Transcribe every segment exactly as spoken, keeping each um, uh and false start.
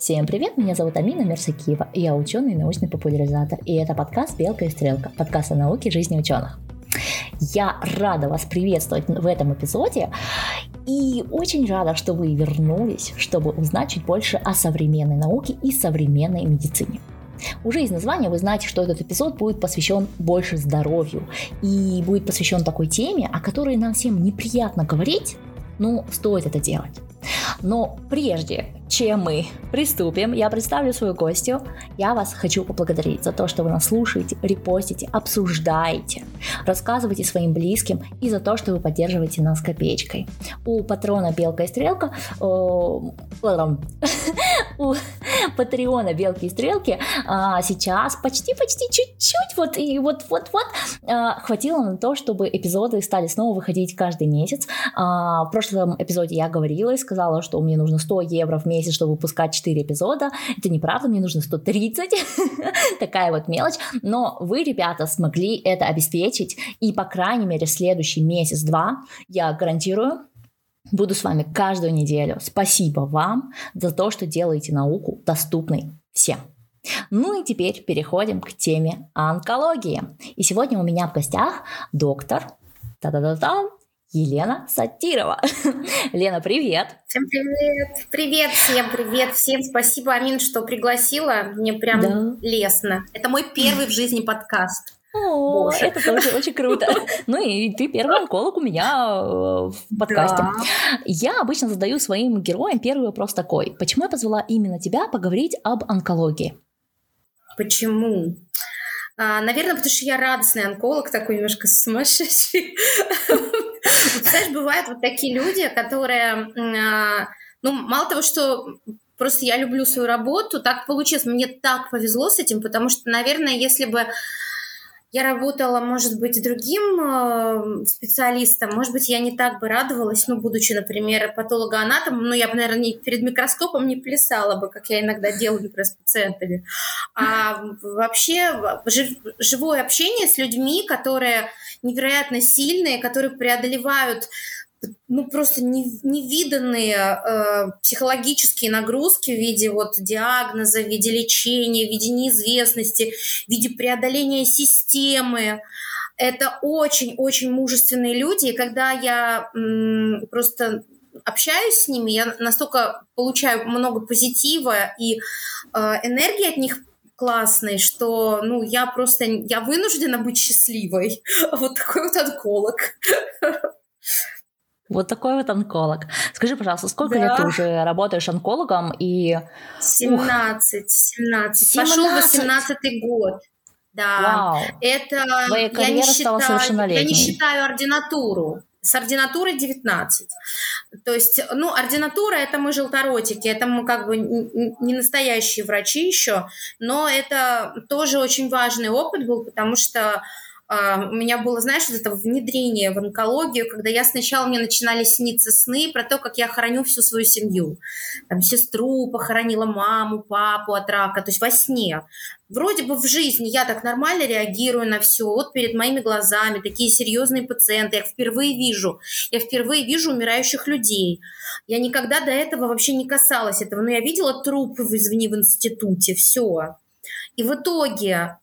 Всем привет, меня зовут Амина Мерсакиева, и я ученый и научный популяризатор, и это подкаст «Белка и стрелка», подкаст о науке и жизни ученых. Я рада вас приветствовать в этом эпизоде, и очень рада, что вы вернулись, чтобы узнать чуть больше о современной науке и современной медицине. Уже из названия вы знаете, что этот эпизод будет посвящен больше здоровью и будет посвящен такой теме, о которой нам всем неприятно говорить, но стоит это делать. Но прежде чем мы приступим, я представлю свою гостью. Я вас хочу поблагодарить за то, что вы нас слушаете, репостите, обсуждаете, рассказываете своим близким и за то, что вы поддерживаете нас копеечкой. У патрона Белка и Стрелка, у патреона Белки и Стрелки сейчас почти-почти чуть-чуть вот и вот-вот-вот хватило на то, чтобы эпизоды стали снова выходить каждый месяц. В прошлом эпизоде я говорила и сказала, что мне нужно сто евро в месяц, чтобы выпускать четыре эпизода. Это неправда, мне нужно сто тридцать. Такая вот мелочь. Но вы, ребята, смогли это обеспечить. И, по крайней мере, следующий месяц-два, я гарантирую, буду с вами каждую неделю. Спасибо вам за то, что делаете науку доступной всем. Ну и теперь переходим к теме онкологии. И сегодня у меня в гостях доктор та-да-да-да, Елена Сатирова. Лена, привет! Всем привет! Привет всем, привет всем! Спасибо, Амин, что пригласила. Мне прям да. лестно. Это мой первый в жизни подкаст. О, Боже. Это тоже очень круто. Ну и ты первый онколог у меня в подкасте. Да. Я обычно задаю своим героям первый вопрос такой. Почему я позвала именно тебя поговорить об онкологии? Почему? А, наверное, потому что я радостный онколог, такой немножко сумасшедший. Знаешь, бывают вот такие люди, которые, ну, мало того, что просто я люблю свою работу, так получилось, мне так повезло с этим, потому что, наверное, если бы я работала, может быть, другим специалистом, может быть, я не так бы радовалась, ну, будучи, например, патологоанатомом, ну, я бы, наверное, не, перед микроскопом не плясала бы, как я иногда делаю, например, с пациентами. А вообще жив, живое общение с людьми, которые невероятно сильные, которые преодолевают ну, просто невиданные э, психологические нагрузки в виде вот диагноза, в виде лечения, в виде неизвестности, в виде преодоления системы. Это очень-очень мужественные люди, и когда я м, просто общаюсь с ними, я настолько получаю много позитива и э, энергии от них классной, что ну, я просто я вынуждена быть счастливой. Вот такой вот онколог. Вот такой вот онколог. Скажи, пожалуйста, сколько да. лет ты уже работаешь онкологом? И... семнадцать, семнадцать. семнадцать. Пошел восемнадцатый год. Да. Вау. Это Твоя карьера я не стала считаю, совершеннолетней. Я не считаю ординатуру. С ординатурой девятнадцать. То есть, ну, ординатура – это мы желторотики, это мы как бы не настоящие врачи еще, но это тоже очень важный опыт был, потому что у меня было, знаешь, вот это внедрение в онкологию, когда я сначала, мне начинали сниться сны про то, как я хороню всю свою семью. Там, сестру похоронила, маму, папу от рака, то есть во сне. Вроде бы в жизни я так нормально реагирую на все. Вот перед моими глазами такие серьезные пациенты. Я впервые вижу. Я впервые вижу умирающих людей. Я никогда до этого вообще не касалась этого. Но я видела трупы, извини, в институте. Все. И в итоге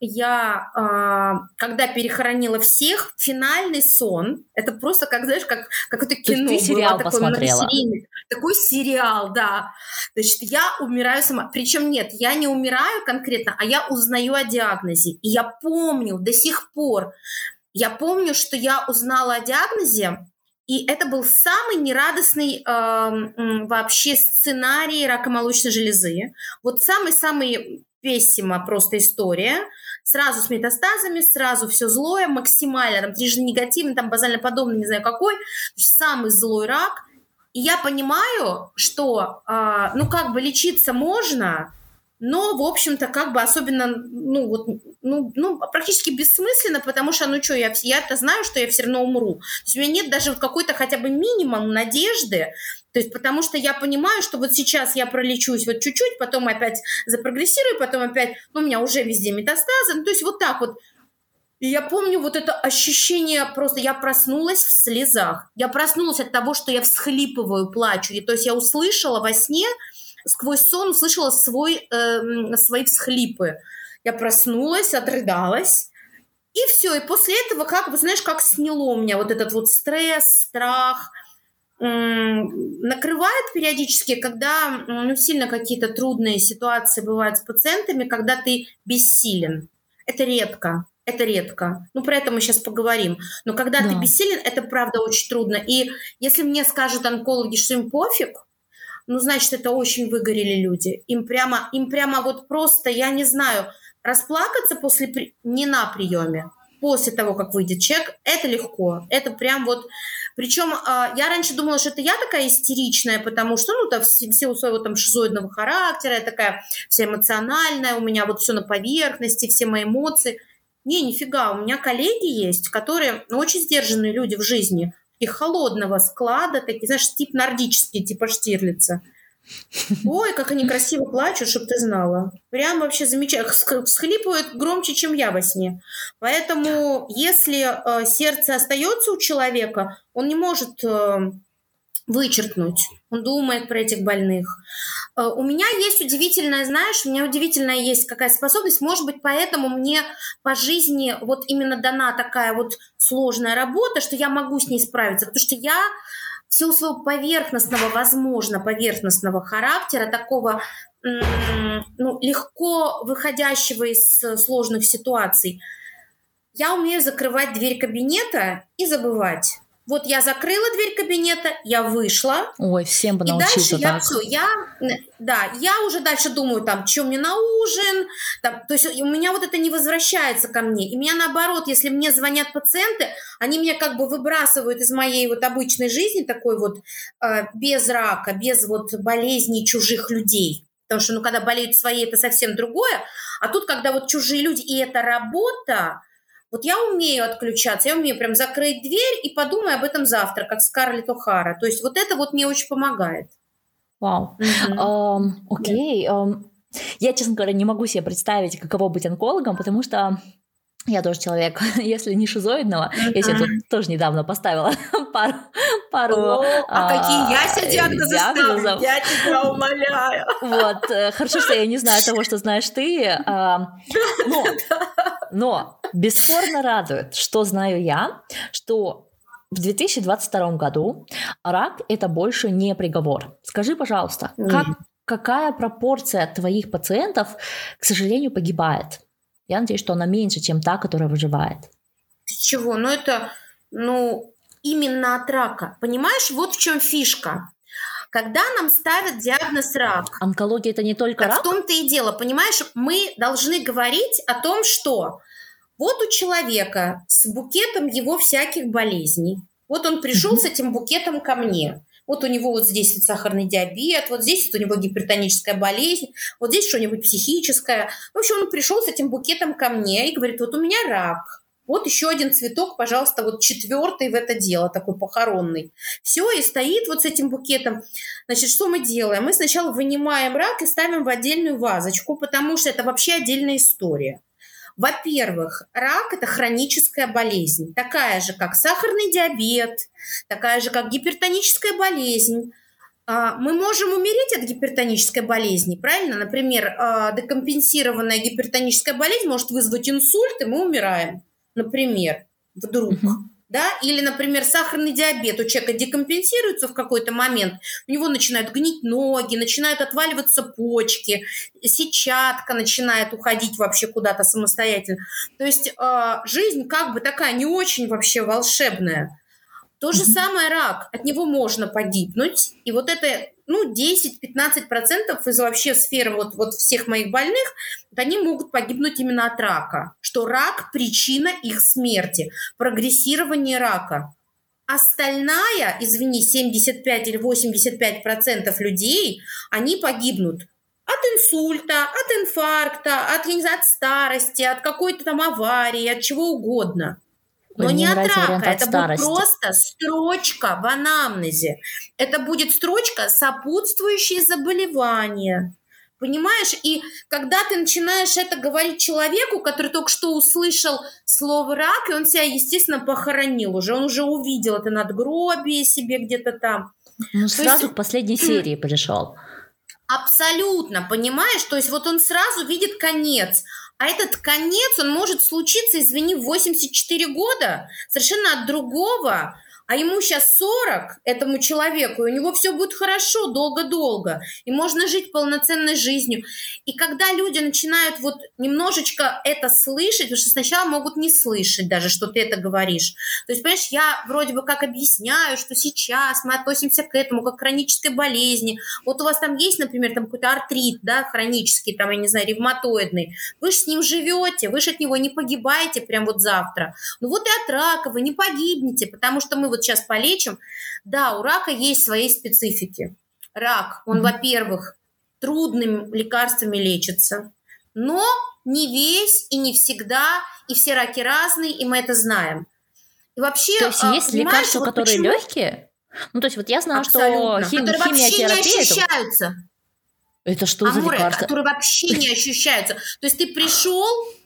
я, когда перехоронила всех, финальный сон, это просто, как, знаешь, как, как это кино. Ты сериал было, посмотрела? Такой, такой сериал, да. Значит, я умираю сама. Причем нет, я не умираю конкретно, а я узнаю о диагнозе. И я помню до сих пор, я помню, что я узнала о диагнозе, и это был самый нерадостный э, вообще сценарий рака молочной железы. Вот самый-самый... Пессима просто история, сразу с метастазами, сразу все злое, максимально, там трижды негативный, там базально подобный, не знаю какой, самый злой рак. И я понимаю, что, э, ну, как бы лечиться можно, но, в общем-то, как бы особенно, ну, вот, ну, ну практически бессмысленно, потому что, ну, что, я, я-то знаю, что я все равно умру. То есть у меня нет даже вот какой-то хотя бы минимум надежды, то есть потому что я понимаю, что вот сейчас я пролечусь вот чуть-чуть, потом опять запрогрессирую, потом опять, ну, у меня уже везде метастазы, ну, то есть вот так вот. И я помню вот это ощущение, просто я проснулась в слезах. Я проснулась от того, что я всхлипываю, плачу. И, то есть я услышала во сне сквозь сон услышала свой, э, свои всхлипы. Я проснулась, отрыдалась, и все. И после этого, как бы, знаешь, как сняло у меня вот этот вот стресс, страх. М- накрывает периодически, когда ну, сильно какие-то трудные ситуации бывают с пациентами, когда ты бессилен. Это редко. Это редко. Ну, про это мы сейчас поговорим. Но когда Да. ты бессилен, это правда очень трудно. И если мне скажут онкологи, что им пофиг, ну, значит, это очень выгорели люди. Им прямо, им прямо вот просто, я не знаю, расплакаться после при... не на приеме, после того, как выйдет чек, это легко. Это прям вот... Причем я раньше думала, что это я такая истеричная, потому что, ну, там, все у своего там шизоидного характера, я такая вся эмоциональная, у меня вот все на поверхности, все мои эмоции. Не, нифига, у меня коллеги есть, которые, ну, очень сдержанные люди в жизни, и холодного склада, такие, знаешь, тип нордический, типа Штирлица. Ой, как они красиво плачут, чтобы ты знала. Прям вообще замечательно. Всхлипывают громче, чем я во сне. Поэтому, если э, сердце остается у человека, он не может э, вычеркнуть. Он думает про этих больных. Э, у меня есть удивительная, знаешь, у меня удивительная есть какая способность. Может быть, поэтому мне по жизни вот именно дана такая вот сложная работа, что я могу с ней справиться. Потому что я... в силу своего поверхностного, возможно, поверхностного характера, такого ну, легко выходящего из сложных ситуаций, я умею закрывать дверь кабинета и забывать. Вот я закрыла дверь кабинета, я вышла. Ой, всем бы и научиться дальше я так. все, я, да, я уже дальше думаю, там, что мне на ужин, там, то есть у меня вот это не возвращается ко мне. И меня наоборот, если мне звонят пациенты, они меня как бы выбрасывают из моей вот обычной жизни, такой вот э, без рака, без вот болезней чужих людей. Потому что, ну, когда болеют свои, это совсем другое. А тут, когда вот чужие люди, и это работа, вот я умею отключаться, я умею прям закрыть дверь и подумай об этом завтра, как Скарлетт О'Хара. То есть вот это вот мне очень помогает. Вау. Эм, окей. Эм, я, честно говоря, не могу себе представить, каково быть онкологом, потому что я тоже человек, если не шизоидного. Mm-hmm. Я себе тут тоже недавно поставила пару... пару О, а, а какие я себе диагнозы ставлю? Я тебя умоляю. Вот. Хорошо, что я не знаю того, что знаешь ты. Но, но бесспорно радует, что знаю я, что в две тысячи двадцать втором году рак – это больше не приговор. Скажи, пожалуйста, mm. как, какая пропорция твоих пациентов, к сожалению, погибает? Я надеюсь, что она меньше, чем та, которая выживает. Чего? Ну, это, ну, именно от рака. Понимаешь, вот в чем фишка. Когда нам ставят диагноз рак... Онкология – это не только так рак? В том-то и дело. Понимаешь, мы должны говорить о том, что вот у человека с букетом его всяких болезней. Вот он пришел mm-hmm. с этим букетом ко мне. Вот у него вот здесь вот сахарный диабет, вот здесь вот у него гипертоническая болезнь, вот здесь что-нибудь психическое. В общем, он пришел с этим букетом ко мне и говорит, вот у меня рак. Вот еще один цветок, пожалуйста, вот четвертый в это дело, такой похоронный. Все, и стоит вот с этим букетом. Значит, что мы делаем? Мы сначала вынимаем рак и ставим в отдельную вазочку, потому что это вообще отдельная история. Во-первых, рак – это хроническая болезнь, такая же, как сахарный диабет, такая же, как гипертоническая болезнь. Мы можем умереть от гипертонической болезни, правильно? Например, декомпенсированная гипертоническая болезнь может вызвать инсульт, и мы умираем, например, вдруг. Uh-huh. Да? Или, например, сахарный диабет у человека декомпенсируется в какой-то момент, у него начинают гнить ноги, начинают отваливаться почки, сетчатка начинает уходить вообще куда-то самостоятельно. То есть э, жизнь как бы такая не очень вообще волшебная. То же mm-hmm. самое рак, от него можно погибнуть, и вот это ну, десять-пятнадцать процентов из вообще сферы вот, вот всех моих больных, вот они могут погибнуть именно от рака, что рак – причина их смерти, прогрессирование рака. Остальная, извини, семьдесят пять или восемьдесят пять процентов людей, они погибнут от инсульта, от инфаркта, от, я не знаю, от старости, от какой-то там аварии, от чего угодно. Но Мне не от рака, от это старости. будет просто строчка в анамнезе. Это будет строчка сопутствующие заболевания. Понимаешь? И когда ты начинаешь это говорить человеку, который только что услышал слово рак, и он себя, естественно, похоронил уже, он уже увидел это надгробие себе где-то там. Ну, сразу есть... к последней серии пришел. Абсолютно, понимаешь? То есть вот он сразу видит конец. А этот конец, он может случиться, извини, в восемьдесят четыре года, совершенно от другого. А ему сейчас сорок, этому человеку, и у него все будет хорошо долго-долго. И можно жить полноценной жизнью. И когда люди начинают вот немножечко это слышать, потому что сначала могут не слышать даже, что ты это говоришь. То есть, понимаешь, я вроде бы как объясняю, что сейчас мы относимся к этому как к хронической болезни. Вот у вас там есть, например, там какой-то артрит, да, хронический, там, я не знаю, ревматоидный. Вы же с ним живете, вы же от него не погибаете прям вот завтра. Ну вот и от рака вы не погибнете, потому что мы вот сейчас полечим. Да, у рака есть свои специфики. Рак, он, mm-hmm. во-первых, трудными лекарствами лечится, но не весь и не всегда, и все раки разные, и мы это знаем. И вообще, то есть есть лекарства, вот которые почему? Легкие? Ну, то есть вот я знаю, абсолютно. Что хим- которые вообще не ощущаются. Это, это что Амуры, за лекарства? Которые вообще не ощущаются. То есть ты пришел,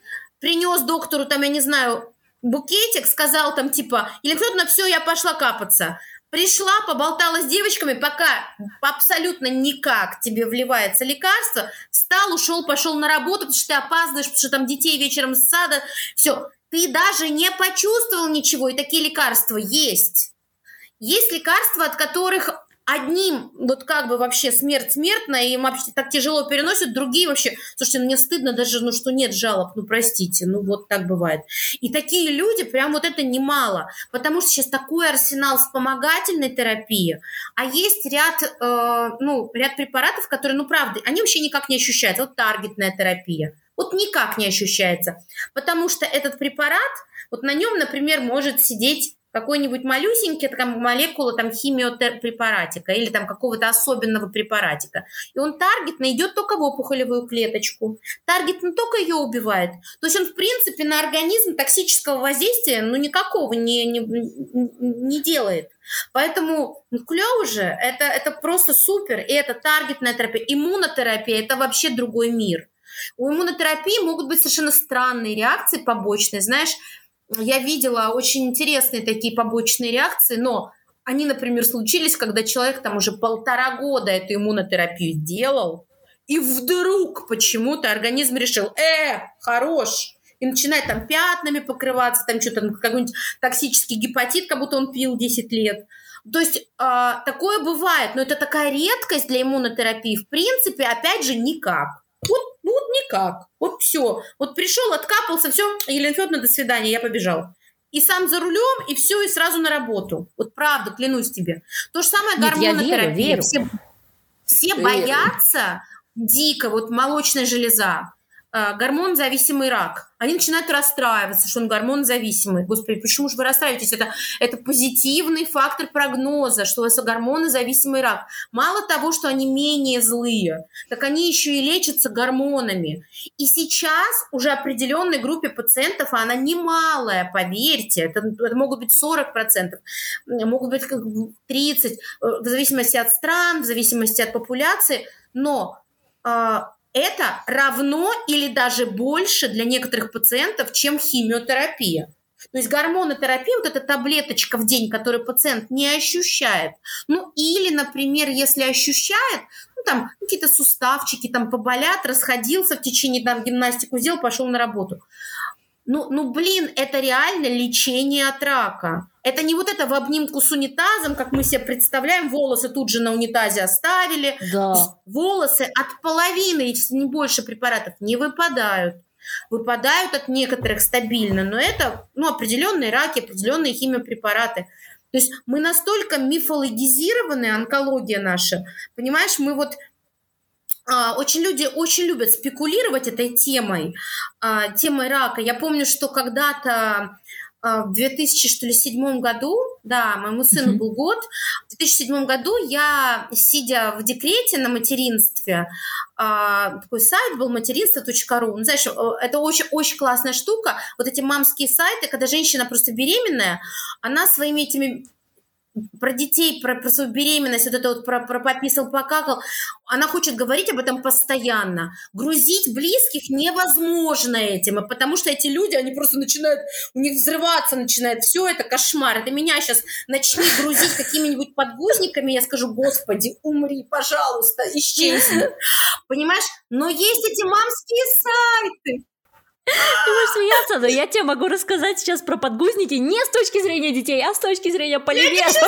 принес доктору, там, я не знаю, букетик, сказал там типа, или кто-то, все, я пошла капаться. Пришла, поболтала с девочками, пока абсолютно никак тебе вливается лекарство, встал, ушел, пошел на работу, потому что ты опаздываешь, потому что там детей вечером с сада, все. Ты даже не почувствовал ничего, и такие лекарства есть. Есть лекарства, от которых одним вот как бы вообще смерть смертная, и им вообще так тяжело переносят, другие вообще, слушайте, мне стыдно даже, ну что нет жалоб, ну простите, ну вот так бывает. И такие люди, прям вот это немало, потому что сейчас такой арсенал вспомогательной терапии, а есть ряд, э, ну, ряд препаратов, которые, ну правда, они вообще никак не ощущаются, вот таргетная терапия, вот никак не ощущается, потому что этот препарат, вот на нем, например, может сидеть какой-нибудь малюсенький там, молекула там, химиопрепаратика или там какого-то особенного препаратика. И он таргетно идет только в опухолевую клеточку. Таргетно только ее убивает. То есть он, в принципе, на организм токсического воздействия ну, никакого не, не, не делает. Поэтому ну, клево же, это, это просто супер. И это таргетная терапия. Иммунотерапия – это вообще другой мир. У иммунотерапии могут быть совершенно странные реакции побочные, знаешь. Я видела очень интересные такие побочные реакции, но они, например, случились, когда человек там уже полтора года эту иммунотерапию делал, и вдруг почему-то организм решил, э, хорош, и начинает там пятнами покрываться, там что-то, какой-нибудь токсический гепатит, как будто он пил десять лет. То есть э, такое бывает, но это такая редкость для иммунотерапии. В принципе, опять же, никак. Вот, ну вот никак. Вот все. Вот пришел, откапался, все, Елена Федоровна, до свидания, я побежал. И сам за рулем, и все, и сразу на работу. Вот правда, клянусь тебе. То же самое гормонотерапия. Верю, верю. Все, все боятся дико, вот молочная железа, э, гормонозависимый рак. Они начинают расстраиваться, что он гормонозависимый. Господи, почему же вы расстраиваетесь? Это, это позитивный фактор прогноза, что у вас гормонозависимый рак. Мало того, что они менее злые, так они еще и лечатся гормонами. И сейчас уже определенной группе пациентов, а она немалая, поверьте, это, это могут быть сорок процентов, могут быть тридцать процентов, в зависимости от стран, в зависимости от популяции, но это равно или даже больше для некоторых пациентов, чем химиотерапия. То есть гормонотерапия, вот эта таблеточка в день, которую пациент не ощущает. Ну или, например, если ощущает, ну там какие-то суставчики там поболят, расходился в течение, там гимнастику сделал, пошел на работу. Ну, ну, блин, это реально лечение от рака. Это не вот это в обнимку с унитазом, как мы себе представляем, волосы тут же на унитазе оставили. Да. Волосы от половины, если не больше препаратов, не выпадают. Выпадают от некоторых стабильно, но это ну, определенные раки, определенные химиопрепараты. То есть мы настолько мифологизированы, онкология наша, понимаешь, мы вот... Очень люди очень любят спекулировать этой темой, темой рака. Я помню, что когда-то в две тысячи седьмом году, да, моему сыну mm-hmm. был год, в две тысячи седьмом году я, сидя в декрете на материнстве, такой сайт был материнство точка ру. Ну, знаешь, это очень, очень классная штука. Вот эти мамские сайты, когда женщина просто беременная, она своими этими про детей, про, про свою беременность, вот это вот про, про пописал, покакал, она хочет говорить об этом постоянно. Грузить близких невозможно этим, потому что эти люди, они просто начинают, у них взрываться начинает, все это кошмар. Это меня сейчас начни грузить какими-нибудь подгузниками, я скажу, Господи, умри, пожалуйста, исчезни. Понимаешь? Но есть эти мамские сайты. Ты можешь смеяться, но я тебе могу рассказать сейчас про подгузники не с точки зрения детей, а с точки зрения поливесов.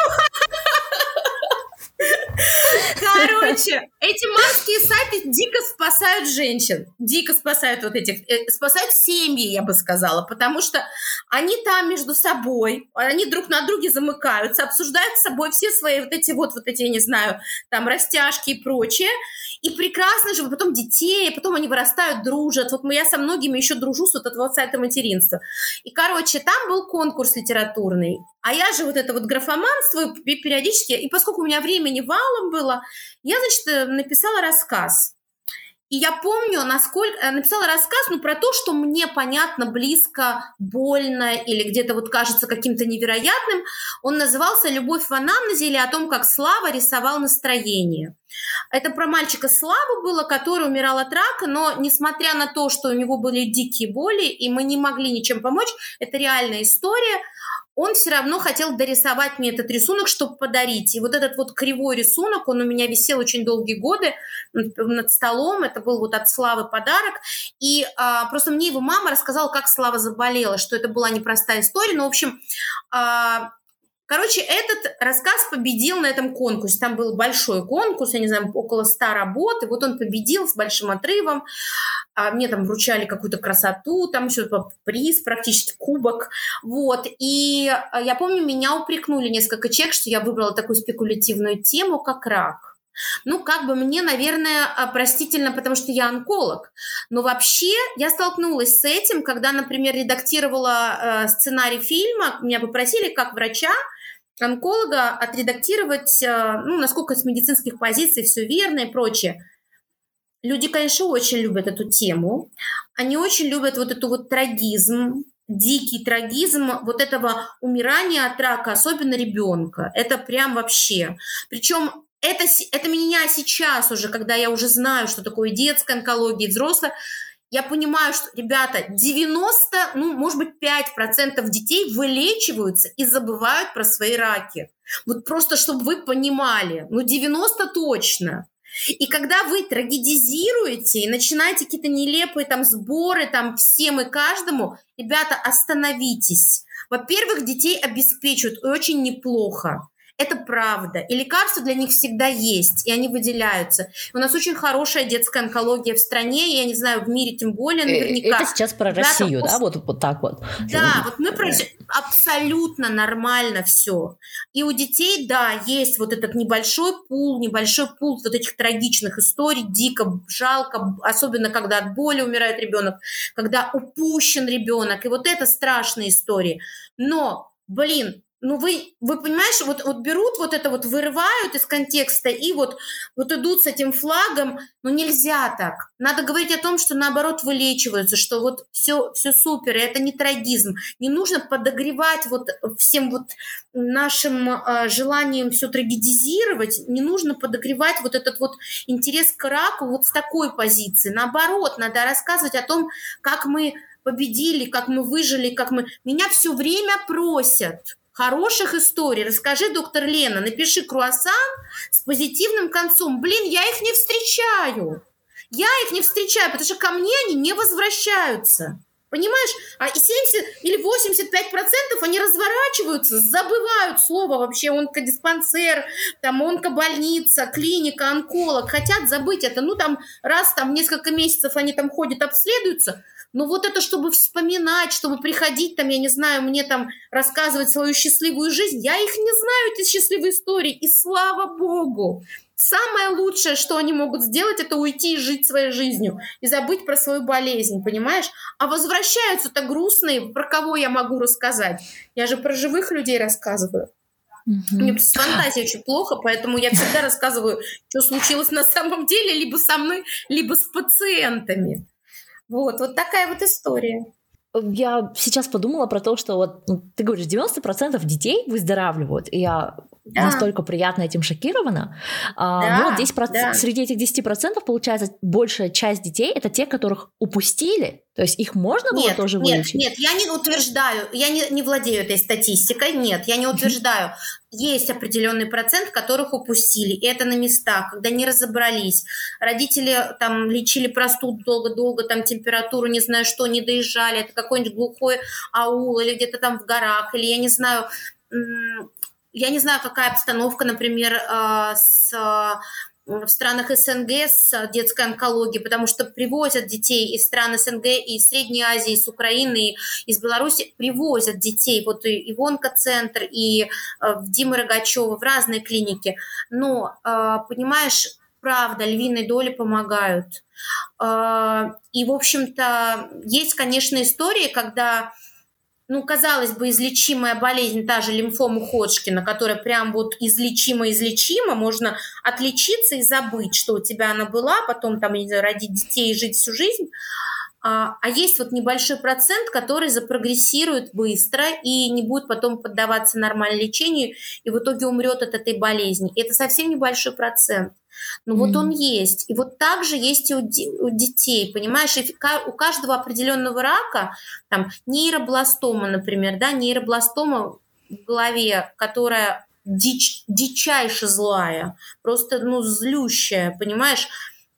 Короче, эти мамские сайты дико спасают женщин, дико спасают вот этих, э, спасают семьи, я бы сказала, потому что они там между собой, они друг на друге замыкаются, обсуждают с собой все свои вот эти вот, вот эти, я не знаю, там растяжки и прочее, и прекрасно же, потом детей, потом они вырастают, дружат. Вот я со многими еще дружу с вот этого сайта материнства. И, короче, там был конкурс литературный, а я же вот это вот графоманствую периодически, и поскольку у меня времени валом было, я, значит, написала рассказ. И я помню, насколько... Написала рассказ, ну, про то, что мне понятно, близко, больно или где-то вот кажется каким-то невероятным. Он назывался «Любовь в анамнезе» или о том, как Слава рисовал настроение. Это про мальчика Славу было, который умирал от рака, но несмотря на то, что у него были дикие боли, и мы не могли ничем помочь, это реальная история, он все равно хотел дорисовать мне этот рисунок, чтобы подарить. И вот этот вот кривой рисунок, он у меня висел очень долгие годы над столом. Это был вот от Славы подарок. И а, просто мне его мама рассказала, как Слава заболела, что это была непростая история. Но, в общем... А, Короче, этот рассказ победил на этом конкурсе. Там был большой конкурс, я не знаю, около ста работ, и вот он победил с большим отрывом. А мне там вручали какую-то красоту, там еще приз, практически кубок. Вот. И я помню, меня упрекнули несколько человек, что я выбрала такую спекулятивную тему, как рак. Ну, как бы мне, наверное, простительно, потому что я онколог. Но вообще я столкнулась с этим, когда, например, редактировала э, сценарий фильма, меня попросили как врача, онколога отредактировать, э, ну, насколько с медицинских позиций все верно и прочее. Люди, конечно, очень любят эту тему. Они очень любят вот эту вот трагизм, дикий трагизм вот этого умирания от рака, особенно ребенка. Это прям вообще. Причем Это, это меня сейчас уже, когда я уже знаю, что такое детская онкология, взрослая, я понимаю, что, ребята, девяносто, ну, может быть, пять процентов детей вылечиваются и забывают про свои раки. Вот просто, чтобы вы понимали, ну, девяносто точно. И когда вы трагедизируете и начинаете какие-то нелепые там сборы там всем и каждому, ребята, остановитесь. Во-первых, детей обеспечивают очень неплохо. Это правда. И лекарства для них всегда есть, и они выделяются. У нас очень хорошая детская онкология в стране, и я не знаю, в мире тем более наверняка. Это сейчас про Россию, да? Вот, вот так вот. Да, вот мы про... Абсолютно нормально все. И у детей, да, есть вот этот небольшой пул, небольшой пул вот этих трагичных историй, дико жалко, особенно когда от боли умирает ребенок, когда упущен ребенок, и вот это страшные истории. Но, блин, ну, вы, вы понимаете, вот, вот берут вот это вот, вырывают из контекста и вот, вот идут с этим флагом. Ну, нельзя так. Надо говорить о том, что, наоборот, вылечиваются, что вот все, все супер, и это не трагизм. Не нужно подогревать вот всем вот нашим э, желанием все трагедизировать, не нужно подогревать вот этот вот интерес к раку вот с такой позиции. Наоборот, надо рассказывать о том, как мы победили, как мы выжили, как мы... Меня все время просят хороших историй. Расскажи, доктор Лена, напиши круассан с позитивным концом. Блин, я их не встречаю. Я их не встречаю, потому что ко мне они не возвращаются. Понимаешь? А и семьдесят или восемьдесят пять процентов они разворачиваются, забывают слово вообще онкодиспансер, там онкобольница, клиника, онколог. Хотят забыть это. Ну, там раз там несколько месяцев они там ходят, обследуются. Но вот это, чтобы вспоминать, чтобы приходить там, я не знаю, мне там рассказывать свою счастливую жизнь, я их не знаю, эти счастливые истории, и слава богу. Самое лучшее, что они могут сделать, это уйти и жить своей жизнью, и забыть про свою болезнь, понимаешь? А возвращаются-то грустные, про кого я могу рассказать? Я же про живых людей рассказываю. Mm-hmm. Мне с фантазией очень плохо, поэтому я всегда рассказываю, что случилось на самом деле, либо со мной, либо с пациентами. Вот, вот такая вот история. Я сейчас подумала про то, что вот ну, ты говоришь, девяносто процентов детей выздоравливают, и я да. настолько приятно этим шокирована. А, да, но вот десять процентов, да. среди этих десяти процентов, получается, большая часть детей — это те, которых упустили, то есть их можно было нет, тоже нет, вылечить? Нет, я не утверждаю, я не, не владею этой статистикой, нет, я не утверждаю. Есть определенный процент, которых упустили, и это на местах, когда не разобрались. Родители там лечили простуду долго-долго, там температуру, не знаю что, не доезжали, это какой-нибудь глухой аул или где-то там в горах, или я не знаю... Я не знаю, какая обстановка, например, с, в странах СНГ с детской онкологией, потому что привозят детей из стран СНГ, и из Средней Азии, из Украины, из Беларуси, привозят детей вот и в онкоцентр, и в Димы Рогачева, в разные клиники. Но, понимаешь, правда, львиной доли помогают. И, в общем-то, есть, конечно, истории, когда... Ну, казалось бы, излечимая болезнь, та же лимфома Ходжкина, которая прям вот излечима-излечима, можно отлечиться и забыть, что у тебя она была, потом там, не знаю, родить детей и жить всю жизнь. А, а есть вот небольшой процент, который запрогрессирует быстро и не будет потом поддаваться нормальному лечению, и в итоге умрет от этой болезни. И это совсем небольшой процент. Но mm. вот он есть. И вот так же есть и у, у детей, понимаешь? И у каждого определенного рака, там, нейробластома, например, да, нейробластома в голове, которая дич, дичайше злая, просто, ну, злющая, понимаешь?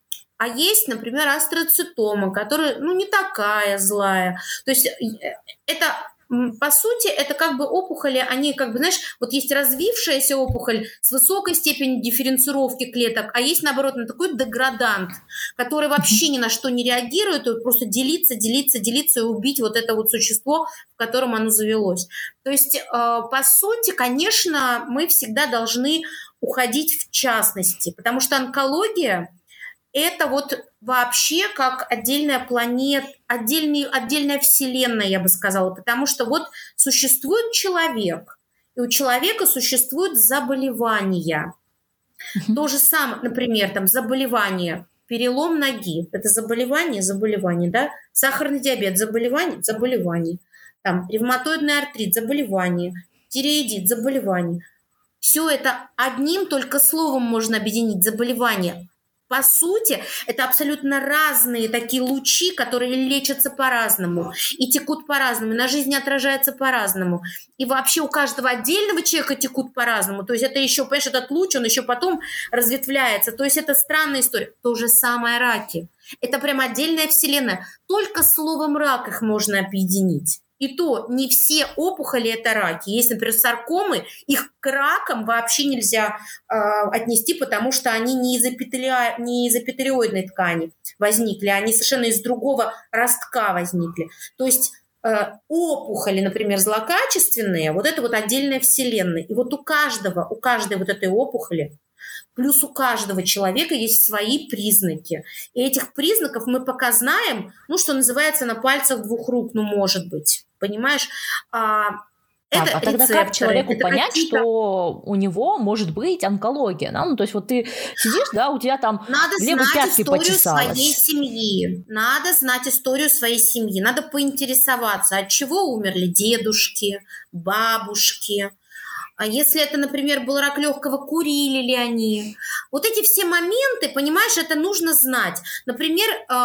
А есть, например, астроцитома, которая, ну, не такая злая. То есть это... По сути, это как бы опухоли, они как бы, знаешь, вот есть развившаяся опухоль с высокой степенью дифференцировки клеток, а есть, наоборот, на такой деградант, который вообще ни на что не реагирует, и просто делиться, делиться, делиться и убить вот это вот существо, в котором оно завелось. То есть, э, по сути, конечно, мы всегда должны уходить в частности, потому что онкология — это вот вообще как отдельная планета, отдельный, отдельная вселенная, я бы сказала, потому что вот существует человек, и у человека существуют заболевания. Mm-hmm. То же самое, например, там заболевание, перелом ноги, это заболевание, заболевание, да, сахарный диабет, заболевание, заболевание, там ревматоидный артрит, заболевание, тиреоидит, заболевание. Все это одним только словом можно объединить — заболевание. По сути, это абсолютно разные такие лучи, которые лечатся по-разному и текут по-разному, и на жизни отражаются по-разному. И вообще у каждого отдельного человека текут по-разному. То есть это еще, понимаешь, этот луч, он еще потом разветвляется. То есть это странная история. То же самое раки. Это прям отдельная вселенная. Только словом рак их можно объединить. И то не все опухоли — это раки. Есть, например, саркомы, их к ракам вообще нельзя э, отнести, потому что они не из, эпители... не из эпителиоидной ткани возникли, они совершенно из другого ростка возникли. То есть э, опухоли, например, злокачественные, вот это вот отдельная вселенная. И вот у каждого, у каждой вот этой опухоли, плюс у каждого человека есть свои признаки. И этих признаков мы пока знаем, ну, что называется, на пальцах двух рук, ну, может быть. Понимаешь? А, так, это а тогда как человеку понять, какие-то... что у него может быть онкология? Да? Ну, то есть вот ты сидишь, да, у тебя там надо левой пятки почесалось. Надо знать историю своей семьи. Надо знать историю своей семьи. Надо поинтересоваться, от чего умерли дедушки, бабушки. А если это, например, был рак легкого, курили ли они? Вот эти все моменты, понимаешь, это нужно знать. Например,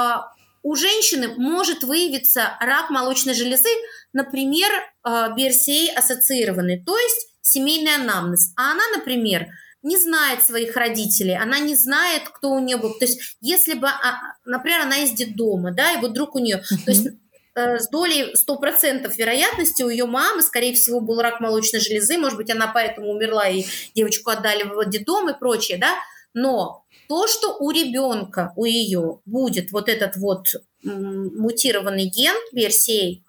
у женщины может выявиться рак молочной железы, например, би эр си эй-ассоциированный, то есть семейный анамнез. А она, например, не знает своих родителей, она не знает, кто у нее был. То есть если бы, например, она из детдома, да, и вот вдруг у нее... Mm-hmm. То есть с долей сто процентов вероятности у ее мамы, скорее всего, был рак молочной железы, может быть, она поэтому умерла, и девочку отдали в детдом и прочее, да, но то, что у ребенка, у ее будет вот этот вот мутированный ген би эр си эй,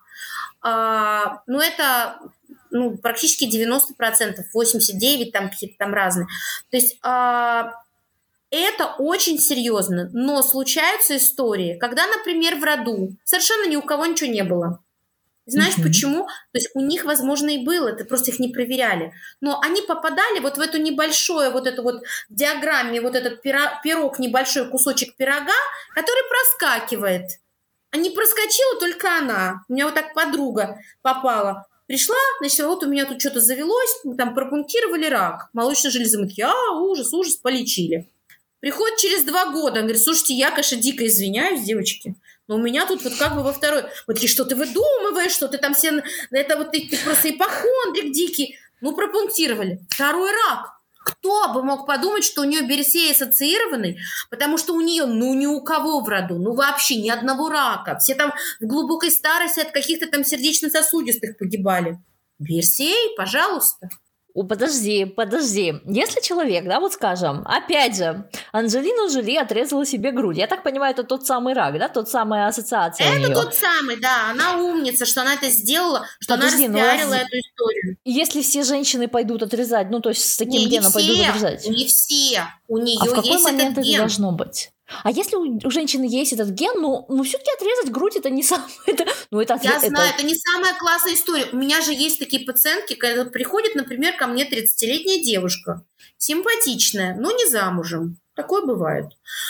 а, ну, это ну, практически девяносто процентов, восемьдесят девять процентов, там какие-то там разные. То есть а, это очень серьезно, но случаются истории, когда, например, в роду совершенно ни у кого ничего не было. Знаешь, mm-hmm. почему? То есть у них, возможно, и было, это просто их не проверяли. Но они попадали вот в эту небольшое, вот эту вот в диаграмме, вот этот пирог, небольшой кусочек пирога, который проскакивает. А не проскочила только она. У меня вот так подруга попала. Пришла, значит, вот у меня тут что-то завелось, там пропунктировали рак молочной железы. Мы такие, а, ужас, ужас, полечили. Приходит через два года, он говорит, слушайте, я, конечно, дико извиняюсь, девочки, но у меня тут вот как бы во второй. Мы такие, что ты выдумываешь, что ты там все... Это вот ты, ты просто ипохондрик дикий. Ну, пропунктировали. Второй рак. Кто бы мог подумать, что у нее Берсей ассоциированный, потому что у нее, ну, ни у кого в роду, ну, вообще ни одного рака. Все там в глубокой старости от каких-то там сердечно-сосудистых погибали. Берсей, пожалуйста. О, подожди, подожди. Если человек, да, вот скажем, опять же, Анджелина Джоли отрезала себе грудь. Я так понимаю, это тот самый рак, да, тот самая ассоциация это у нее. Это тот самый, да. Она умница, что она это сделала, что подожди, она распиарила ну, эту историю. Если все женщины пойдут отрезать, ну, то есть с таким не, геном не пойдут все, отрезать? Не все. У нее а в какой есть момент этот это ген. должно быть? А если у, у женщины есть этот ген, ну, ну все-таки отрезать грудь это не самое... Это, ну, это, Я это... знаю, это не самая классная история. У меня же есть такие пациентки, когда приходит, например, ко мне тридцатилетняя девушка, симпатичная, но не замужем. Такое бывает.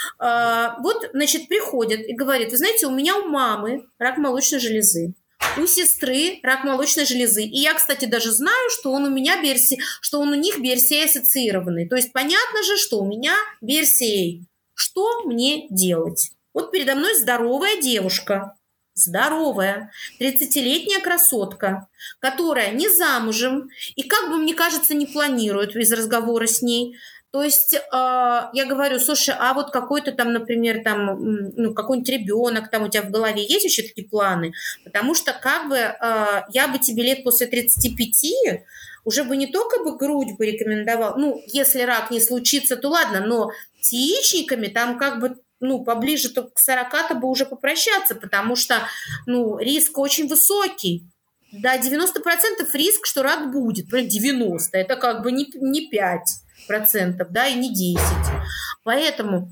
А, вот, значит, приходит и говорит, вы знаете, у меня у мамы рак молочной железы, у сестры рак молочной железы. И я, кстати, даже знаю, что он у меня Берсей, что он у них Берсей ассоциированный. То есть понятно же, что у меня Берсей. Что мне делать? Вот передо мной здоровая девушка, здоровая, тридцатилетняя красотка, которая не замужем и, как бы мне кажется, не планирует из разговора с ней. То есть э, я говорю, слушай, а вот какой-то там, например, там, ну, какой-нибудь ребенок там у тебя в голове есть вообще такие планы? Потому что как бы э, я бы тебе лет после тридцати пяти уже бы не только бы грудь бы рекомендовал, ну, если рак не случится, то ладно, но с яичниками там как бы, ну, поближе то к сорока-то бы уже попрощаться, потому что, ну, риск очень высокий. Да, девяносто процентов риск, что рак будет, девяносто, это как бы не, не пять процентов, да, и не десять. Поэтому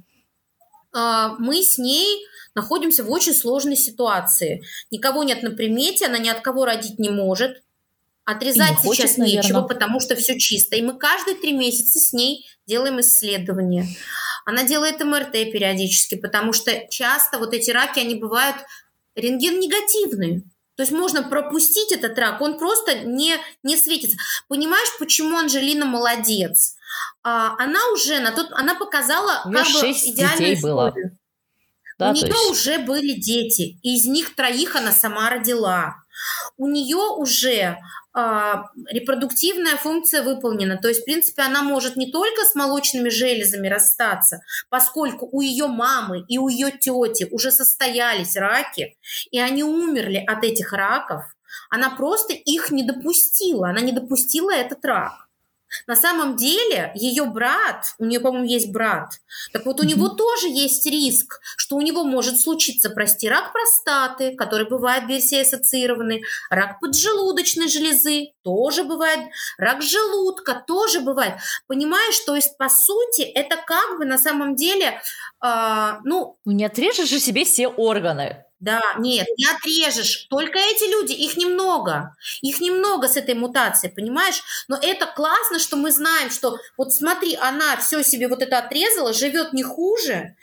э, мы с ней находимся в очень сложной ситуации. Никого нет на примете, она ни от кого родить не может. Отрезать не хочет, сейчас наверное. Нечего, потому что все чисто. И мы каждые три месяца с ней делаем исследования. Она делает эм эр тэ периодически, потому что часто вот эти раки, они бывают рентген-негативные. То есть можно пропустить этот рак, он просто не, не светится. Понимаешь, почему Анджелина молодец? А, она уже на тот, она показала как бы идеальную историю. Да, у нее есть... уже были дети, и из них троих она сама родила. У нее уже а, репродуктивная функция выполнена. То есть, в принципе, она может не только с молочными железами расстаться, поскольку у ее мамы и у ее тети уже состоялись раки, и они умерли от этих раков. Она просто их не допустила. Она не допустила этот рак. На самом деле ее брат, у нее, по-моему, есть брат, так вот у mm-hmm. него тоже есть риск, что у него может случиться, прости, рак простаты, который бывает Берсей-ассоциированный, рак поджелудочной железы тоже бывает, рак желудка тоже бывает. Понимаешь, то есть, по сути, это как бы на самом деле, э, ну... Ну не отрежешь же себе все органы. Да, нет, не отрежешь. Только эти люди, их немного. Их немного с этой мутацией, понимаешь? Но это классно, что мы знаем, что вот смотри, она все себе вот это отрезала, живет не хуже,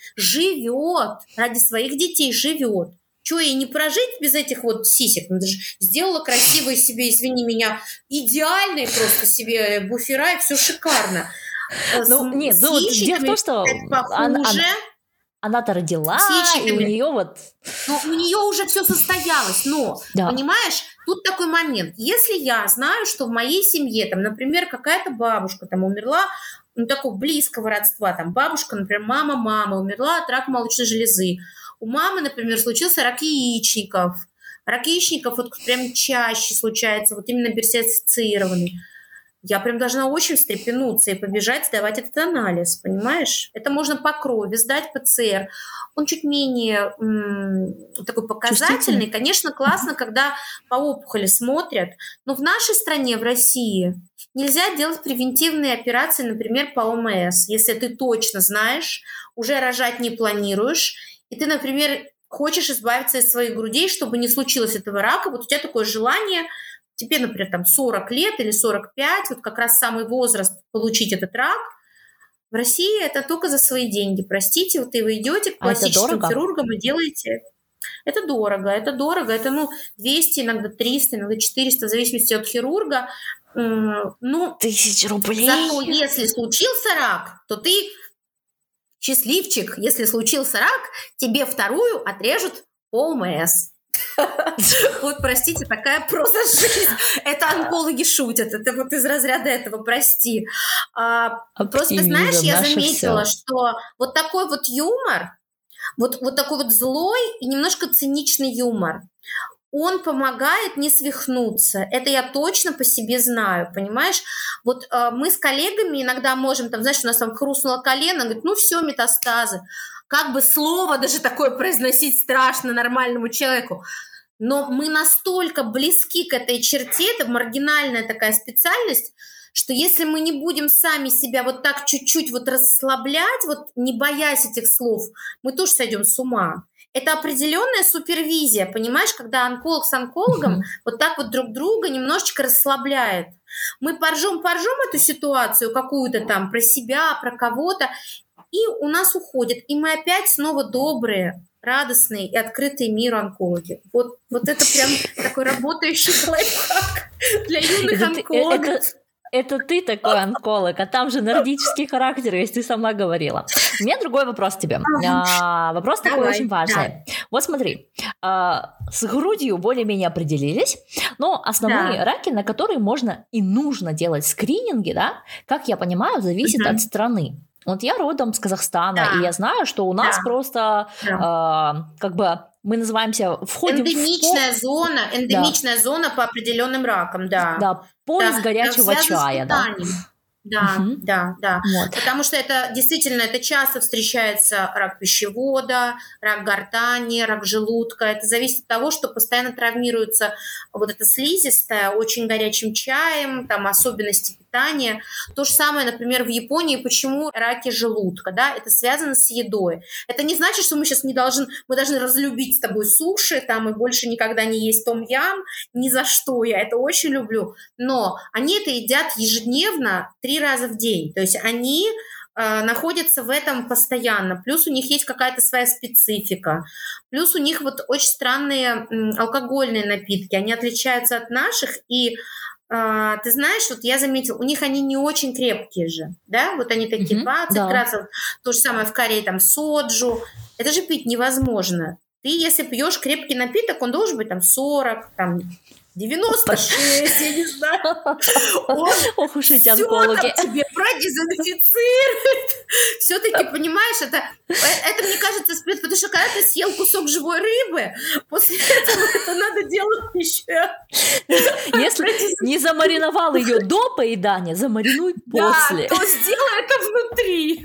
живет, ради своих детей живет. Чего ей не прожить без этих вот сисек? Она даже сделала красивые себе, извини меня, идеальные просто себе буфера, и все шикарно. Ну, с, нет, с ну, дело в том, что похуже. Она, она... Она-то родила, и у нее вот... Но у нее уже все состоялось, но, да. Понимаешь, тут такой момент. Если я знаю, что в моей семье, там, например, какая-то бабушка там умерла, ну, такого близкого родства, там, бабушка, например, мама мама умерла от рака молочной железы. У мамы, например, случился рак яичников. Рак яичников вот прям чаще случается, вот именно Берсей-ассоциированный. Я прям должна очень встрепенуться и побежать сдавать этот анализ, понимаешь? Это можно по крови сдать, пэ цэ эр. Он чуть менее м, такой показательный. Конечно, классно, когда по опухоли смотрят. Но в нашей стране, в России, нельзя делать превентивные операции, например, по о эм эс. Если ты точно знаешь, уже рожать не планируешь, и ты, например, хочешь избавиться из своих грудей, чтобы не случилось этого рака, вот у тебя такое желание... Тебе, например, там сорок лет или сорок пять, вот как раз самый возраст получить этот рак. В России это только за свои деньги. Простите, вот и вы идете к пластическим а хирургам и делаете. Это дорого, это дорого, это, ну, двести, иногда триста, иногда четыреста, в зависимости от хирурга. Ну, тысяч рублей. Зато если случился рак, то ты счастливчик. Если случился рак, тебе вторую отрежут по ОМС. Вот, простите, такая просто жизнь. Это онкологи шутят. Это вот из разряда этого, прости. Просто, знаешь, я заметила, что вот такой вот юмор, вот, вот такой вот злой и немножко циничный юмор, он помогает не свихнуться. Это я точно по себе знаю, понимаешь? Вот э, мы с коллегами иногда можем, там, знаешь, у нас там хрустнуло колено, говорит, ну все, метастазы. Как бы слово даже такое произносить страшно нормальному человеку. Но мы настолько близки к этой черте, это маргинальная такая специальность, что если мы не будем сами себя вот так чуть-чуть вот расслаблять, вот не боясь этих слов, мы тоже сойдем с ума. Это определенная супервизия, понимаешь, когда онколог с онкологом uh-huh. вот так вот друг друга немножечко расслабляет. Мы поржем, поржем эту ситуацию какую-то там про себя, про кого-то, и у нас уходит. И мы опять снова добрые, радостные и открытые миру онкологи. Вот, вот это прям такой работающий лайфхак для юных онкологов. Это ты такой онколог, а там же нордический характер, если ты сама говорила. У меня другой вопрос тебе. А, вопрос Давай, такой очень важный. Да. Вот смотри, а, с грудью более-менее определились, но основные да. раки, на которые можно и нужно делать скрининги, да, как я понимаю, зависит угу. от страны. Вот я родом с Казахстана, да. и я знаю, что у нас да. просто да. Э, как бы мы называемся входим эндемичная в зона, эндемичная да. зона по определенным ракам, да. Да, пояс да. горячего да, чая, да. Да, угу. да, да. Вот. Потому что это действительно, это часто встречается рак пищевода, рак гортани, рак желудка. Это зависит от того, что постоянно травмируется вот эта слизистая очень горячим чаем, там особенности питания. То же самое, например, в Японии, почему раки желудка, да, это связано с едой. Это не значит, что мы сейчас не должны, мы должны разлюбить с тобой суши, там, и больше никогда не есть том-ям, ни за что, я это очень люблю. Но они это едят ежедневно, три раза в день. То есть они э, находятся в этом постоянно. Плюс у них есть какая-то своя специфика. Плюс у них вот очень странные м, алкогольные напитки. Они отличаются от наших. И э, ты знаешь, вот я заметила, у них они не очень крепкие же. Да? Вот они такие двадцать mm-hmm, градусов. Да. То же самое в Корее, там соджу. Это же пить невозможно. Ты, если пьешь крепкий напиток, он должен быть там сорок, там девяносто шесть, я не знаю. Он Ох уж эти онкологи. Тебе продезинфицирует. Все-таки, понимаешь, это, это, мне кажется, спит, потому что когда ты съел кусок живой рыбы, после этого это надо делать еще. Если не замариновал ее до поедания, замаринуй после. Да, то сделай это внутри.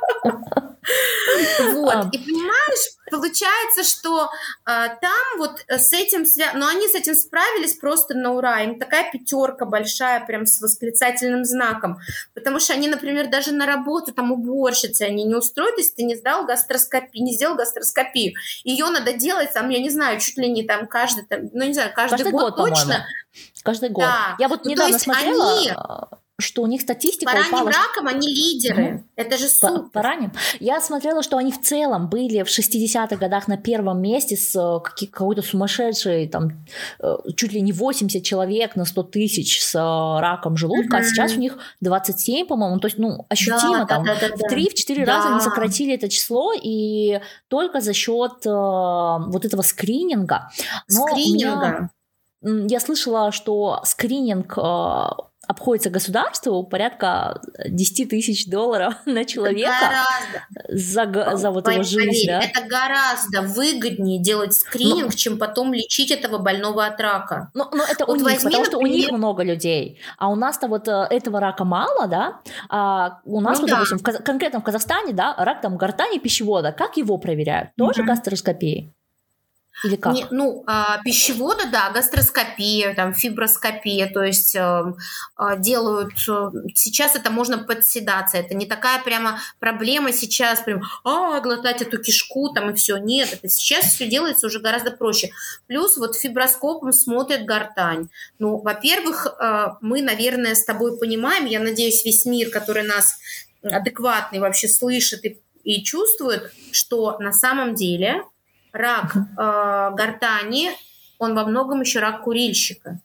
Вот, а. и понимаешь, получается, что э, там вот с этим свя... но они с этим справились просто на ура, им такая пятерка большая, прям с восклицательным знаком, потому что они, например, даже на работу там уборщицы, они не устроят, если ты не сдал гастроскопию, не сделал гастроскопию, ее надо делать, там, я не знаю, чуть ли не там каждый, там, ну не знаю, каждый, каждый год, год точно. Каждый год. Да. Я вот ну, недавно смотрела... Они... что у них статистика по упала. По ранним ракам они лидеры. Mm-hmm. Это же супер. По, по ранним. Я смотрела, что они в целом были в шестидесятых годах на первом месте с какой-то сумасшедшей, там, чуть ли не восемьдесят человек на сто тысяч с раком желудка, mm-hmm. а сейчас у них двадцать семь, по-моему. То есть, ну, ощутимо да, там. Да, да, да, в три-четыре да. раза они сократили это число, и только за счет э, вот этого скрининга. Но скрининга. Меня, я слышала, что скрининг... Э, обходится государству порядка десять тысяч долларов на человека за, за вот его жизнь. Да? Это гораздо выгоднее делать скрининг, но, чем потом лечить этого больного от рака. Но, но это вот у них, потому например... что у них много людей, а у нас-то вот этого рака мало, да? А у нас, ну, вот, да. допустим, в, конкретно в Казахстане, да, рак там гортани пищевода, как его проверяют? Тоже mm-hmm. гастроскопией? Или как? Не, ну, а, пищевода, да, гастроскопия, там, фиброскопия, то есть э, делают, э, сейчас это можно подседаться, это не такая прямо проблема сейчас, прям, а, глотать эту кишку, там, и все, нет, это сейчас все делается уже гораздо проще. Плюс вот фиброскопом смотрят гортань. Ну, во-первых, э, мы, наверное, с тобой понимаем, я надеюсь, весь мир, который нас адекватный вообще слышит и, и чувствует, что на самом деле... рак э, гортани, он во многом еще рак курильщика.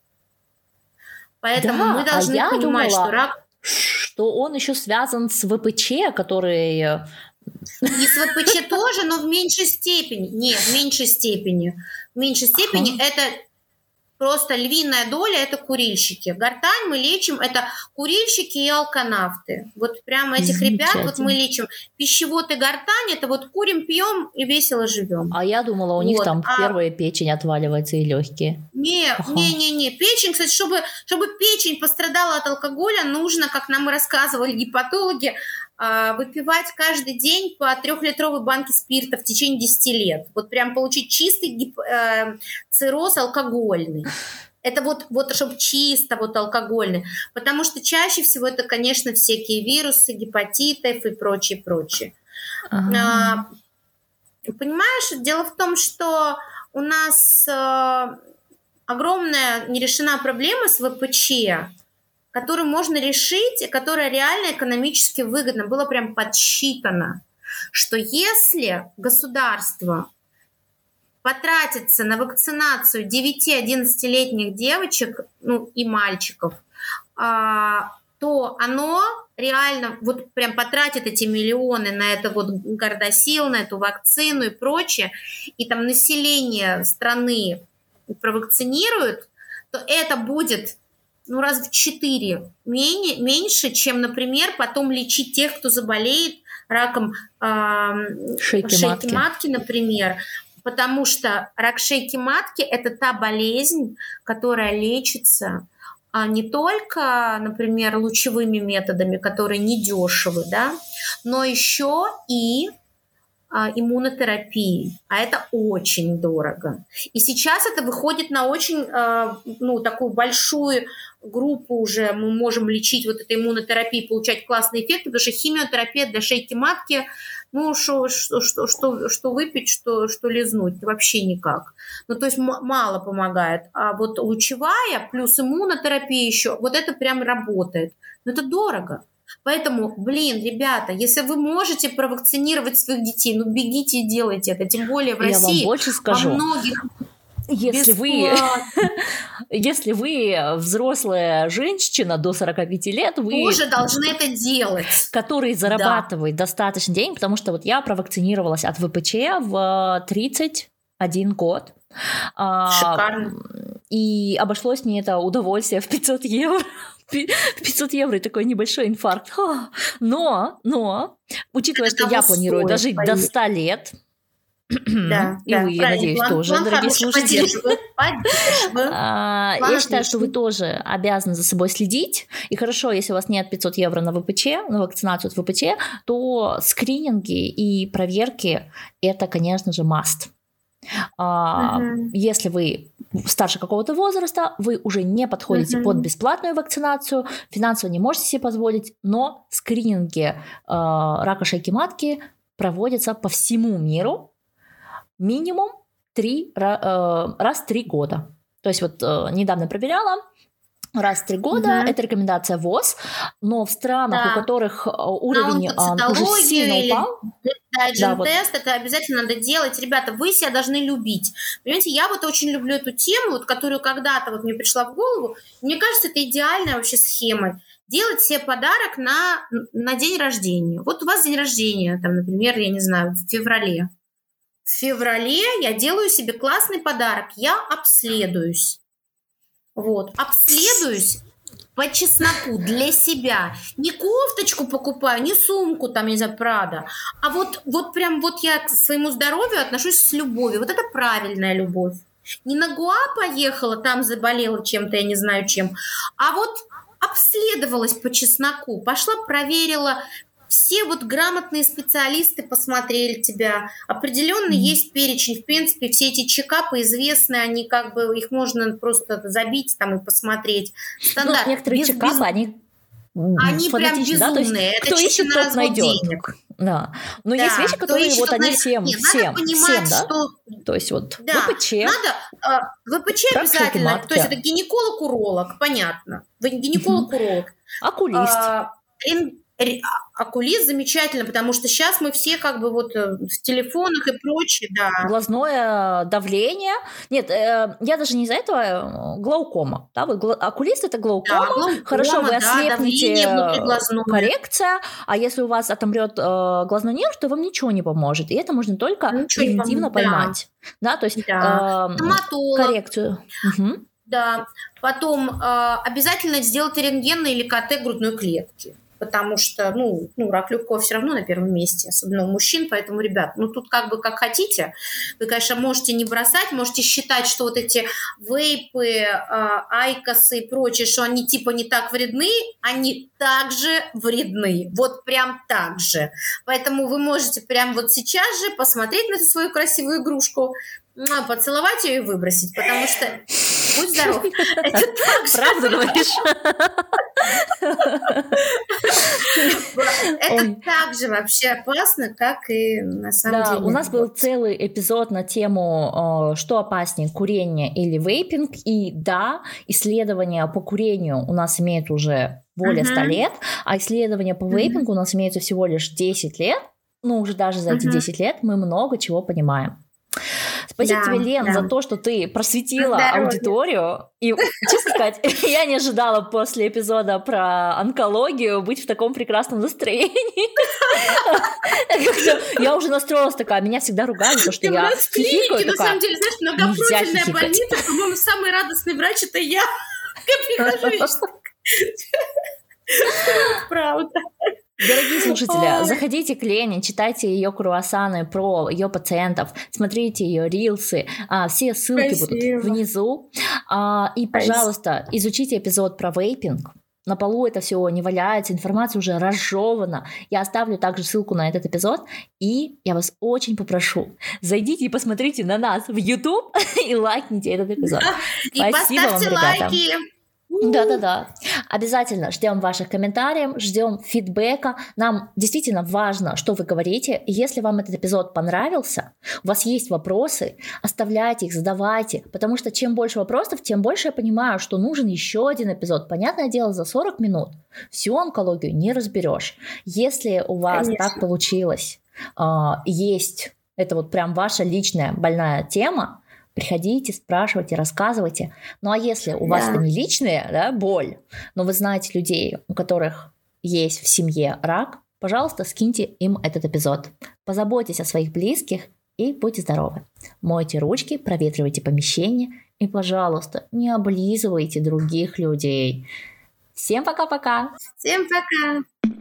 Поэтому да, мы должны а понимать, думала, что рак... что он еще связан с ВПЧ, который... И с ВПЧ тоже, но в меньшей степени. Нет, в меньшей степени. В меньшей степени ага. это... Просто львиная доля – это курильщики. Гортань мы лечим – это курильщики и алканавты. Вот прямо этих ребят вот мы лечим. Пищевод и гортань – это вот курим, пьем и весело живем. А я думала, у вот. них там а... первая печень отваливается и легкие. Не, ага. не, не, не. Печень, кстати, чтобы, чтобы печень пострадала от алкоголя, нужно, как нам и рассказывали гепатологи, выпивать каждый день по трехлитровой банке спирта в течение десяти лет. Вот прям получить чистый гип... э, цирроз алкогольный. Это вот, вот чтобы чисто вот алкогольный. Потому что чаще всего это, конечно, всякие вирусы, гепатитов и прочее, прочее. А, понимаешь, дело в том, что у нас э, огромная нерешена проблема с ВПЧ, которую можно решить и которая реально экономически выгодна. Было прям подсчитано, что если государство потратится на вакцинацию девяти-одиннадцатилетних девочек, ну и мальчиков, а, то оно реально вот прям потратит эти миллионы на это вот гордосил, на эту вакцину и прочее, и там население страны провакцинирует, то это будет ну, раз в четыре менее, меньше, чем, например, потом лечить тех, кто заболеет раком э, шейки, шейки матки. матки, например. Потому что рак шейки матки – это та болезнь, которая лечится а не только, например, лучевыми методами, которые недешевы, да, но еще и иммунотерапии, а это очень дорого. И сейчас это выходит на очень, ну, такую большую группу уже, мы можем лечить вот этой иммунотерапией, получать классные эффекты, потому что химиотерапия для шейки матки, ну, что, что, что, что, что выпить, что, что лизнуть, вообще никак. Ну, то есть м- мало помогает. А вот лучевая плюс иммунотерапия еще, вот это прям работает. Но это дорого. Поэтому, блин, ребята, если вы можете провакцинировать своих детей, ну бегите и делайте это. Тем более в Я России вам больше скажу. во многих Если вы, если вы взрослая женщина до сорока пяти лет, вы тоже должны это делать. Который зарабатывает да. достаточно денег, потому что вот я провакцинировалась от ВПЧ в тридцать один год. Шикарно. И обошлось мне это удовольствие в пятьсот евро. пятьсот евро – такой небольшой инфаркт. Но, но, учитывая, это что я планирую дожить поверь. до ста лет, да, и да, вы, я надеюсь, план, тоже, план дорогие слушатели, а, я считаю, что вы тоже обязаны за собой следить. И хорошо, если у вас нет пятьсот евро на ВПЧ, на вакцинацию от ВПЧ, то скрининги и проверки – это, конечно же, must. Uh, uh-huh. Если вы старше какого-то возраста, вы уже не подходите uh-huh. под бесплатную вакцинацию, финансово не можете себе позволить, но скрининги uh, рака шейки матки проводятся по всему миру минимум три, uh, раз в три года. То есть вот uh, недавно проверяла, раз в три года, uh-huh. это рекомендация ВОЗ, но в странах, да. у которых уровень uh, уже сильно или... упал, Да, да, вот. тест, это обязательно надо делать. Ребята, вы себя должны любить. Понимаете, я вот очень люблю эту тему, вот, которую когда-то вот мне пришла в голову. Мне кажется, это идеальная вообще схема. Делать себе подарок на, на день рождения. Вот у вас день рождения, там, например, я не знаю, в феврале. В феврале я делаю себе классный подарок. Я обследуюсь. Вот, обследуюсь по чесноку для себя. Не кофточку покупаю, не сумку, там, не знаю, Прада, а вот, вот прям вот я к своему здоровью отношусь с любовью. Вот это правильная любовь. Не на Гоа поехала, там заболела чем-то, я не знаю чем, а вот обследовалась по чесноку, пошла, проверила. Все вот грамотные специалисты посмотрели тебя. Определенно mm. есть перечень. В принципе, все эти чекапы известны, они как бы, их можно просто забить там и посмотреть. Стандарт. Ну, некоторые без, чекапы, без... они... Они прям безумные. Да? Это кто ищет, тот найдет. Денег. Да. Но да. есть вещи, которые ищет, вот они найдет. всем, Нет, всем, надо понимать, всем, да? Что... То есть вот да. ВПЧ. Надо, э, ВПЧ обязательно. То есть это гинеколог-уролог, понятно. Вы гинеколог-уролог. Окулист. А, рен... окулист замечательно, потому что сейчас мы все как бы вот в телефонах и прочее, да. Глазное давление. Нет, э, я даже не из-за этого, глаукома. Да? Вот гла- окулист – это глаукома. Да, глаукома. Хорошо, вы ослепнете, да, коррекция, а если у вас отомрет э, глазной нерв, то вам ничего не поможет. И это можно только ничего превентивно поймать. Да. Да, то есть да. э, коррекцию. Угу. Да. Потом э, обязательно сделать рентген или КТ грудной клетки. Потому что, ну, ну, рак легкого все равно на первом месте, особенно у мужчин, поэтому, ребят, ну, тут как бы как хотите. Вы, конечно, можете не бросать, можете считать, что вот эти вейпы, э, айкосы и прочее, что они типа не так вредны, они также вредны, вот прям так же. Поэтому вы можете прям вот сейчас же посмотреть на эту свою красивую игрушку, поцеловать ее и выбросить, потому что будь здоров. Это так же. Правда говоришь? Это так же вообще опасно, как и на самом да, деле. У нас был целый эпизод на тему, что опаснее, курение или вейпинг. И да, исследования по курению у нас имеют уже более ста uh-huh. лет, а исследования по вейпингу uh-huh. у нас имеются всего лишь десять лет. Ну, уже даже за эти uh-huh. десять лет мы много чего понимаем. Спасибо да, тебе, Лен, да. за то, что ты просветила Здоровье. аудиторию. И, честно сказать, я не ожидала после эпизода про онкологию быть в таком прекрасном настроении. Я уже настроилась такая, меня всегда ругали, потому что я хихикаю. На самом деле, знаешь, многопрофильная больница, по-моему, самый радостный врач – это я. Я прихожу, правда. Дорогие слушатели, заходите к Лене, читайте ее круассаны про ее пациентов, смотрите ее рилсы, а, все ссылки Спасибо. будут внизу. А, и, пожалуйста, изучите эпизод про вейпинг. На полу это все не валяется, информация уже разжевана. Я оставлю также ссылку на этот эпизод. И я вас очень попрошу, зайдите и посмотрите на нас в YouTube и лайкните этот эпизод. И Спасибо вам, ребята. Лайки. Да-да-да. Обязательно ждем ваших комментариев, ждем фидбэка. Нам действительно важно, что вы говорите. Если вам этот эпизод понравился, у вас есть вопросы, оставляйте их, задавайте. Потому что чем больше вопросов, тем больше я понимаю, что нужен еще один эпизод. Понятное дело, за сорок минут всю онкологию не разберешь. Если у вас Конечно. так получилось, есть, это вот прям ваша личная больная тема, приходите, спрашивайте, рассказывайте. Ну а если у вас да. это не личная да, боль, но вы знаете людей, у которых есть в семье рак, пожалуйста, скиньте им этот эпизод. Позаботьтесь о своих близких и будьте здоровы. Мойте ручки, проветривайте помещение и, пожалуйста, не облизывайте других людей. Всем пока-пока! Всем пока!